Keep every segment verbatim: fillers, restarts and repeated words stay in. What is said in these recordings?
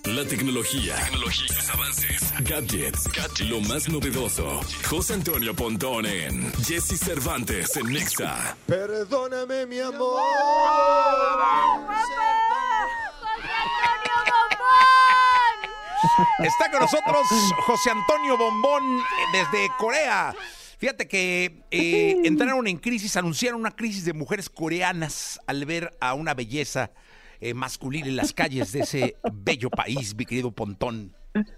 La tecnología, tecnología, sus avances, gadgets, gadgets, lo más novedoso. José Antonio Pontón en Jesse Cervantes en Nexa. Perdóname, mi amor. Está con nosotros José Antonio Bombón desde Corea. Fíjate que eh, entraron en crisis, anunciaron una crisis de mujeres coreanas al ver a una belleza eh, masculina en las calles de ese bello país, mi querido Pontón.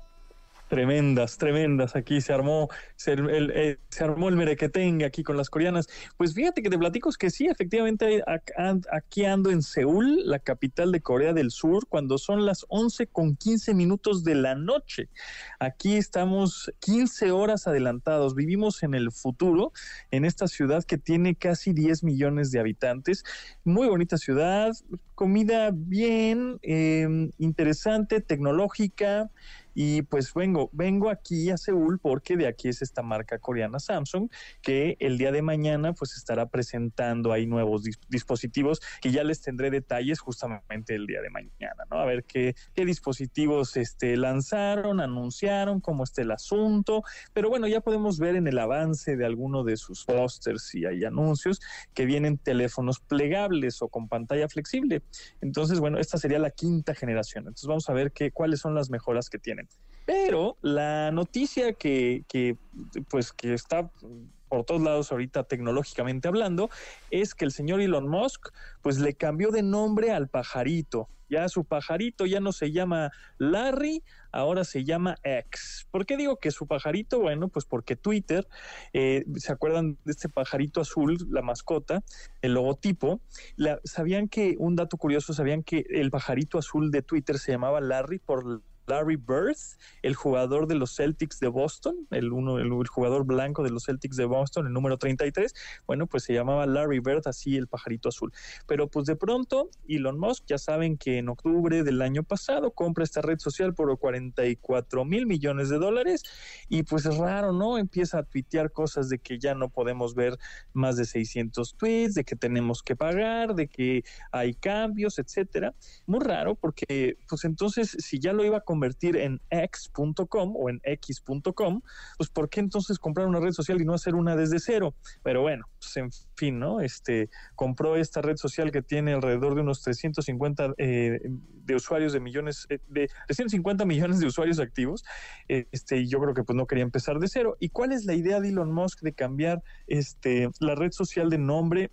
Tremendas, tremendas. Aquí se armó, se, el, el, se armó el merequetengue aquí con las coreanas. Pues fíjate que te platico es que sí, efectivamente, aquí ando en Seúl, la capital de Corea del Sur, cuando son las once con quince minutos de la noche. Aquí estamos quince horas adelantados. Vivimos en el futuro, en esta ciudad que tiene casi diez millones de habitantes. Muy bonita ciudad, comida bien, eh, interesante, tecnológica. Y pues vengo, vengo aquí a Seúl porque de aquí es esta marca coreana Samsung, que el día de mañana pues estará presentando ahí nuevos dis- dispositivos que ya les tendré detalles justamente el día de mañana, ¿no? A ver qué, qué dispositivos este, lanzaron, anunciaron, cómo está el asunto. Pero bueno, ya podemos ver en el avance de alguno de sus pósters y hay anuncios que vienen teléfonos plegables o con pantalla flexible. Entonces, bueno, esta sería la quinta generación. Entonces vamos a ver qué, cuáles son las mejoras que tienen. Pero la noticia que, que, pues, que está por todos lados ahorita tecnológicamente hablando es que el señor Elon Musk pues le cambió de nombre al pajarito. Ya su pajarito ya no se llama Larry, ahora se llama X. ¿Por qué digo que su pajarito? Bueno, pues porque Twitter, eh, ¿se acuerdan de este pajarito azul, la mascota, el logotipo? La, ¿Sabían que, un dato curioso, sabían que el pajarito azul de Twitter se llamaba Larry por Larry Bird, el jugador de los Celtics de Boston, el, uno, el, el jugador blanco de los Celtics de Boston, el número treinta y tres? Bueno, pues se llamaba Larry Bird, así el pajarito azul. Pero pues de pronto, Elon Musk, ya saben que en octubre del año pasado compra esta red social por cuarenta y cuatro mil millones de dólares y pues es raro, ¿no? Empieza a tuitear cosas de que ya no podemos ver más de seiscientos tweets, de que tenemos que pagar, de que hay cambios, etcétera. Muy raro porque pues entonces si ya lo iba a convertir en X punto com o en X punto com, pues ¿por qué entonces comprar una red social y no hacer una desde cero? Pero bueno, pues en fin, ¿no? Este, compró esta red social que tiene alrededor de unos trescientos cincuenta eh, de usuarios de millones, eh, de trescientos cincuenta millones de usuarios activos, eh, este, y yo creo que pues no quería empezar de cero. ¿Y cuál es la idea de Elon Musk de cambiar este, la red social de nombre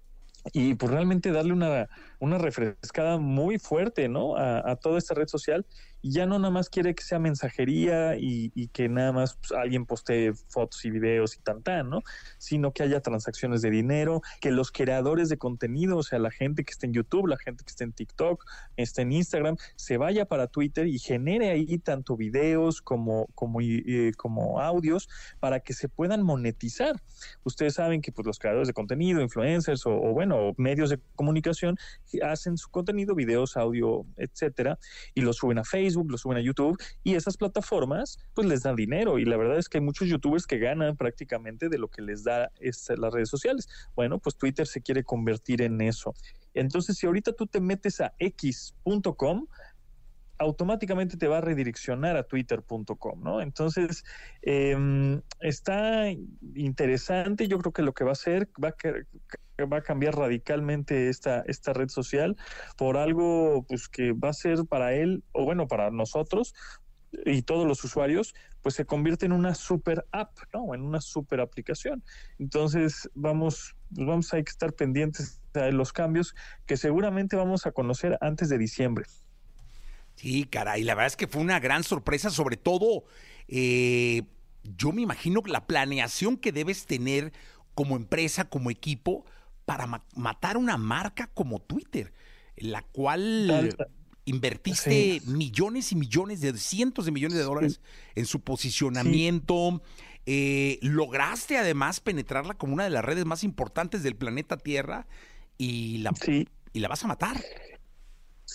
y pues realmente darle una, una refrescada muy fuerte, ¿no? A, a toda esta red social? Y ya no nada más quiere que sea mensajería y, y que nada más pues, alguien postee fotos y videos y tan tan, ¿no? Sino que haya transacciones de dinero, que los creadores de contenido, o sea, la gente que está en YouTube, la gente que está en TikTok, está en Instagram, se vaya para Twitter y genere ahí tanto videos como, como, eh, como audios para que se puedan monetizar. Ustedes saben que pues, los creadores de contenido, influencers o, o bueno, medios de comunicación hacen su contenido, videos, audio, etcétera, y lo suben a Facebook, lo suben a YouTube, y esas plataformas pues les dan dinero, y la verdad es que hay muchos youtubers que ganan prácticamente de lo que les da este, las redes sociales. Bueno, pues Twitter se quiere convertir en eso. Entonces, si ahorita tú te metes a X punto com, automáticamente te va a redireccionar a twitter punto com, ¿no? Entonces, eh, está interesante. Yo creo que lo que va a hacer va a, va a cambiar radicalmente esta, esta red social por algo pues que va a ser para él, o bueno, para nosotros y todos los usuarios, pues se convierte en una super app, ¿no? En una super aplicación. Entonces, vamos, pues vamos a estar pendientes de los cambios que seguramente vamos a conocer antes de diciembre. Sí, caray, la verdad es que fue una gran sorpresa, sobre todo, eh, yo me imagino la planeación que debes tener como empresa, como equipo, para ma- matar una marca como Twitter, la cual invertiste sí. millones y millones, de cientos de millones de dólares sí. en su posicionamiento, sí. eh, lograste además penetrarla como una de las redes más importantes del planeta Tierra y la, sí. y la vas a matar.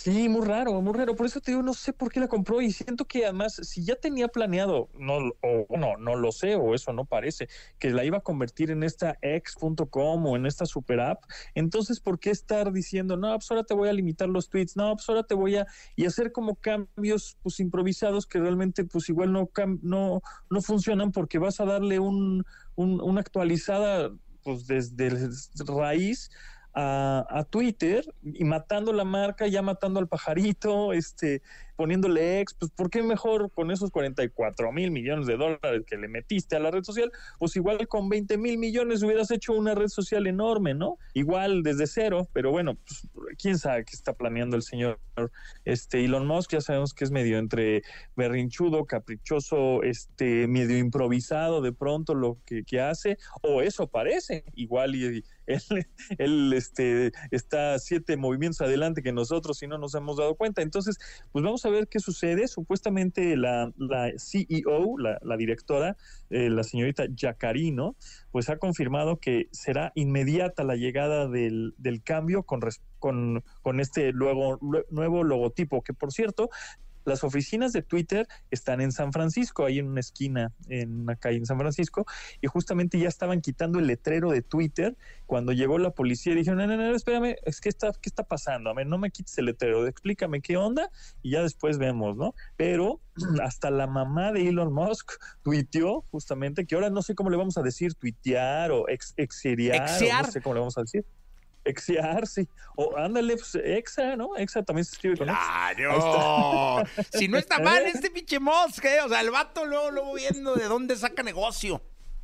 Sí, muy raro, muy raro. Por eso te digo, no sé por qué la compró y siento que además, si ya tenía planeado, no, o no, no lo sé, o eso no parece, que la iba a convertir en esta X punto com o en esta super app, entonces, ¿por qué estar diciendo, no, pues ahora te voy a limitar los tweets, no, pues ahora te voy a, y hacer como cambios, pues improvisados que realmente, pues igual no, no, no funcionan porque vas a darle un, un una actualizada, pues desde raíz, A, a Twitter y matando la marca, ya matando al pajarito, este, poniéndole ex, pues ¿por qué mejor con esos cuarenta y cuatro mil millones de dólares que le metiste a la red social? Pues igual con veinte mil millones hubieras hecho una red social enorme, ¿no? Igual desde cero, pero bueno, pues, quién sabe qué está planeando el señor este Elon Musk. Ya sabemos que es medio entre berrinchudo, caprichoso, este, medio improvisado de pronto lo que, que hace, o eso parece, igual y, y él, él este, está siete movimientos adelante que nosotros y no nos hemos dado cuenta. Entonces, pues vamos a ver qué sucede. Supuestamente la, la C E O, la, la directora, eh, la señorita Yaccarino, pues ha confirmado que será inmediata la llegada del, del cambio con, con, con este luego, nuevo logotipo, que por cierto, las oficinas de Twitter están en San Francisco, ahí en una esquina, en una calle en San Francisco, y justamente ya estaban quitando el letrero de Twitter cuando llegó la policía y dijeron, no, no, no, espérame, es que está, ¿qué está pasando? A ver, no me quites el letrero, explícame qué onda y ya después vemos, ¿no? Pero hasta la mamá de Elon Musk tuiteó justamente que ahora no sé cómo le vamos a decir, tuitear o ex, exeriar, Exear. O no sé cómo le vamos a decir. Exear, sí. O ándale, pues, exa, ¿no? Exa también se escribe con ¡Claro! Si no está mal este pinche Musk, ¿eh? O sea, el vato luego, luego viendo de dónde saca negocio.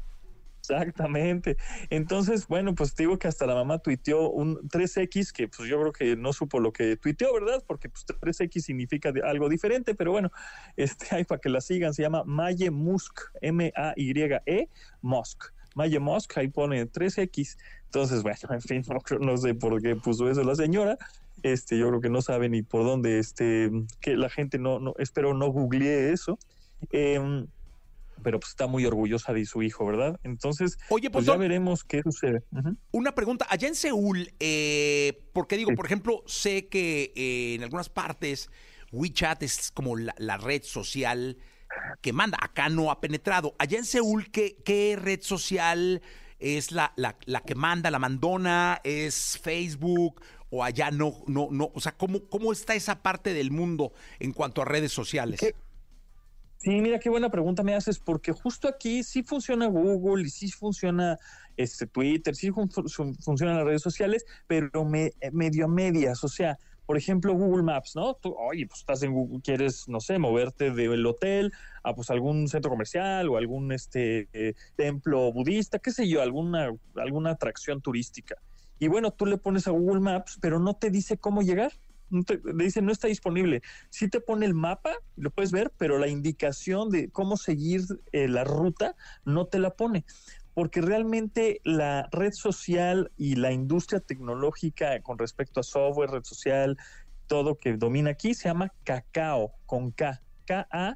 Exactamente. Entonces, bueno, pues te digo que hasta la mamá tuiteó un tres equis, que pues yo creo que no supo lo que tuiteó, ¿verdad? Porque pues tres equis significa algo diferente, pero bueno, este, hay para que la sigan, se llama Maye Musk, M A Y E, Musk. Maye Musk, ahí pone tres equis. Entonces, bueno, en fin, no, no sé por qué puso eso la señora. Este, yo creo que no sabe ni por dónde, este, que la gente no, no, espero no googleé eso. Eh, pero pues está muy orgullosa de su hijo, ¿verdad? Entonces, Oye, pues Pontón, ya veremos qué sucede. Uh-huh. Una pregunta, allá en Seúl, eh, porque digo, Sí. por ejemplo, sé que eh, en algunas partes WeChat es como la, la red social que manda, acá no ha penetrado. Allá en Seúl, ¿qué, qué red social es la, la, la que manda, la mandona? ¿Es Facebook? ¿O allá no, no, no? O sea, ¿cómo, cómo está esa parte del mundo en cuanto a redes sociales? ¿Qué? Sí, mira, qué buena pregunta me haces, porque justo aquí sí funciona Google y sí funciona este Twitter, sí fun- fun- funcionan las redes sociales, pero me, medio a medias. O sea, por ejemplo, Google Maps, ¿no? Tú, oye, pues estás en Google, quieres, no sé, moverte del hotel a pues algún centro comercial o algún este eh, templo budista, qué sé yo, alguna, alguna atracción turística. Y bueno, tú le pones a Google Maps, pero no te dice cómo llegar. No te, le dice no está disponible. Sí te pone el mapa, lo puedes ver, pero la indicación de cómo seguir eh, la ruta no te la pone. Porque realmente la red social y la industria tecnológica con respecto a software, red social, todo que domina aquí se llama Kakao, con K, K-A,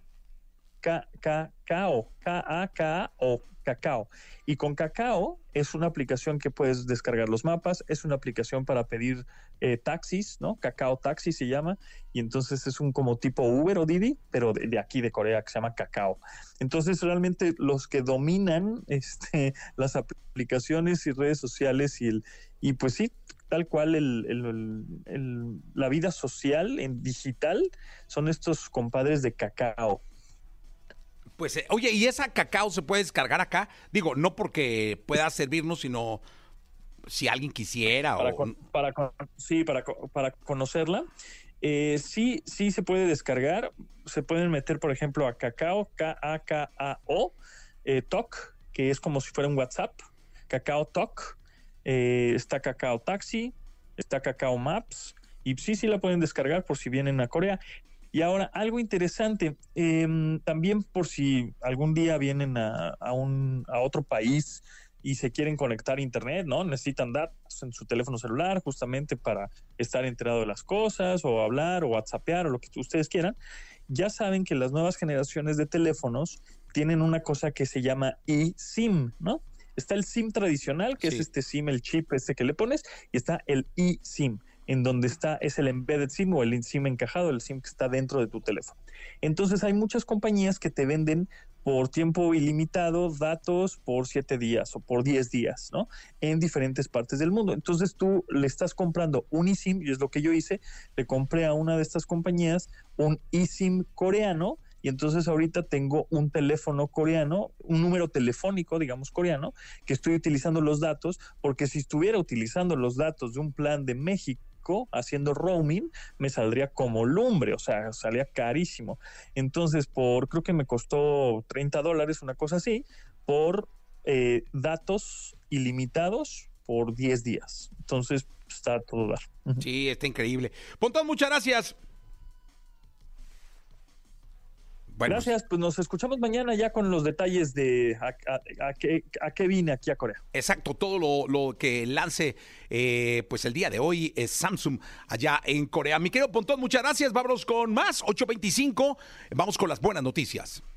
K-K-K-O, K-A-K-O, Kakao. Y con Kakao es una aplicación que puedes descargar los mapas, es una aplicación para pedir eh, taxis, ¿no? Kakao Taxi se llama, y entonces es un como tipo Uber o Didi, pero de, de aquí de Corea, que se llama Kakao. Entonces realmente los que dominan este, las aplicaciones y redes sociales y, el, y pues sí, tal cual el, el, el, el, la vida social en digital son estos compadres de Kakao. Pues, eh, oye, ¿y esa Kakao se puede descargar acá? Digo, no porque pueda servirnos, sino si alguien quisiera. Para, o... con, para con, sí, para, para conocerla. Eh, sí, sí se puede descargar. Se pueden meter, por ejemplo, a Kakao, K A K A O, eh, Talk, que es como si fuera un WhatsApp. Kakao Talk. Eh, está Kakao Taxi, está Kakao Maps. Y sí, sí la pueden descargar por si vienen a Corea. Y ahora, algo interesante, eh, también por si algún día vienen a, a, un, a otro país y se quieren conectar a internet, ¿no? Necesitan datos en su teléfono celular justamente para estar enterado de las cosas o hablar o whatsappear o lo que ustedes quieran. Ya saben que las nuevas generaciones de teléfonos tienen una cosa que se llama eSIM, ¿no? Está el SIM tradicional, que sí. es este SIM, el chip este que le pones, y está el eSIM. en donde está, es el embedded SIM o el SIM encajado, el SIM que está dentro de tu teléfono. Entonces hay muchas compañías que te venden por tiempo ilimitado datos por siete días o por diez días, ¿no? En diferentes partes del mundo. Entonces tú le estás comprando un eSIM, y es lo que yo hice, le compré a una de estas compañías un eSIM coreano, y entonces ahorita tengo un teléfono coreano, un número telefónico, digamos, coreano, que estoy utilizando los datos, porque si estuviera utilizando los datos de un plan de México, haciendo roaming, me saldría como lumbre, o sea, salía carísimo. Entonces, por creo que me costó treinta dólares, una cosa así, por eh, datos ilimitados por diez días. Entonces, está a todo dar. Uh-huh. Sí, está increíble. Pontón, muchas gracias. Bueno, gracias, pues nos escuchamos mañana ya con los detalles de a, a, a, qué, a qué vine aquí a Corea. Exacto, todo lo, lo que lance eh, pues el día de hoy es Samsung allá en Corea. Mi querido Pontón, muchas gracias. Vámonos con más, ocho veinticinco. Vamos con las buenas noticias.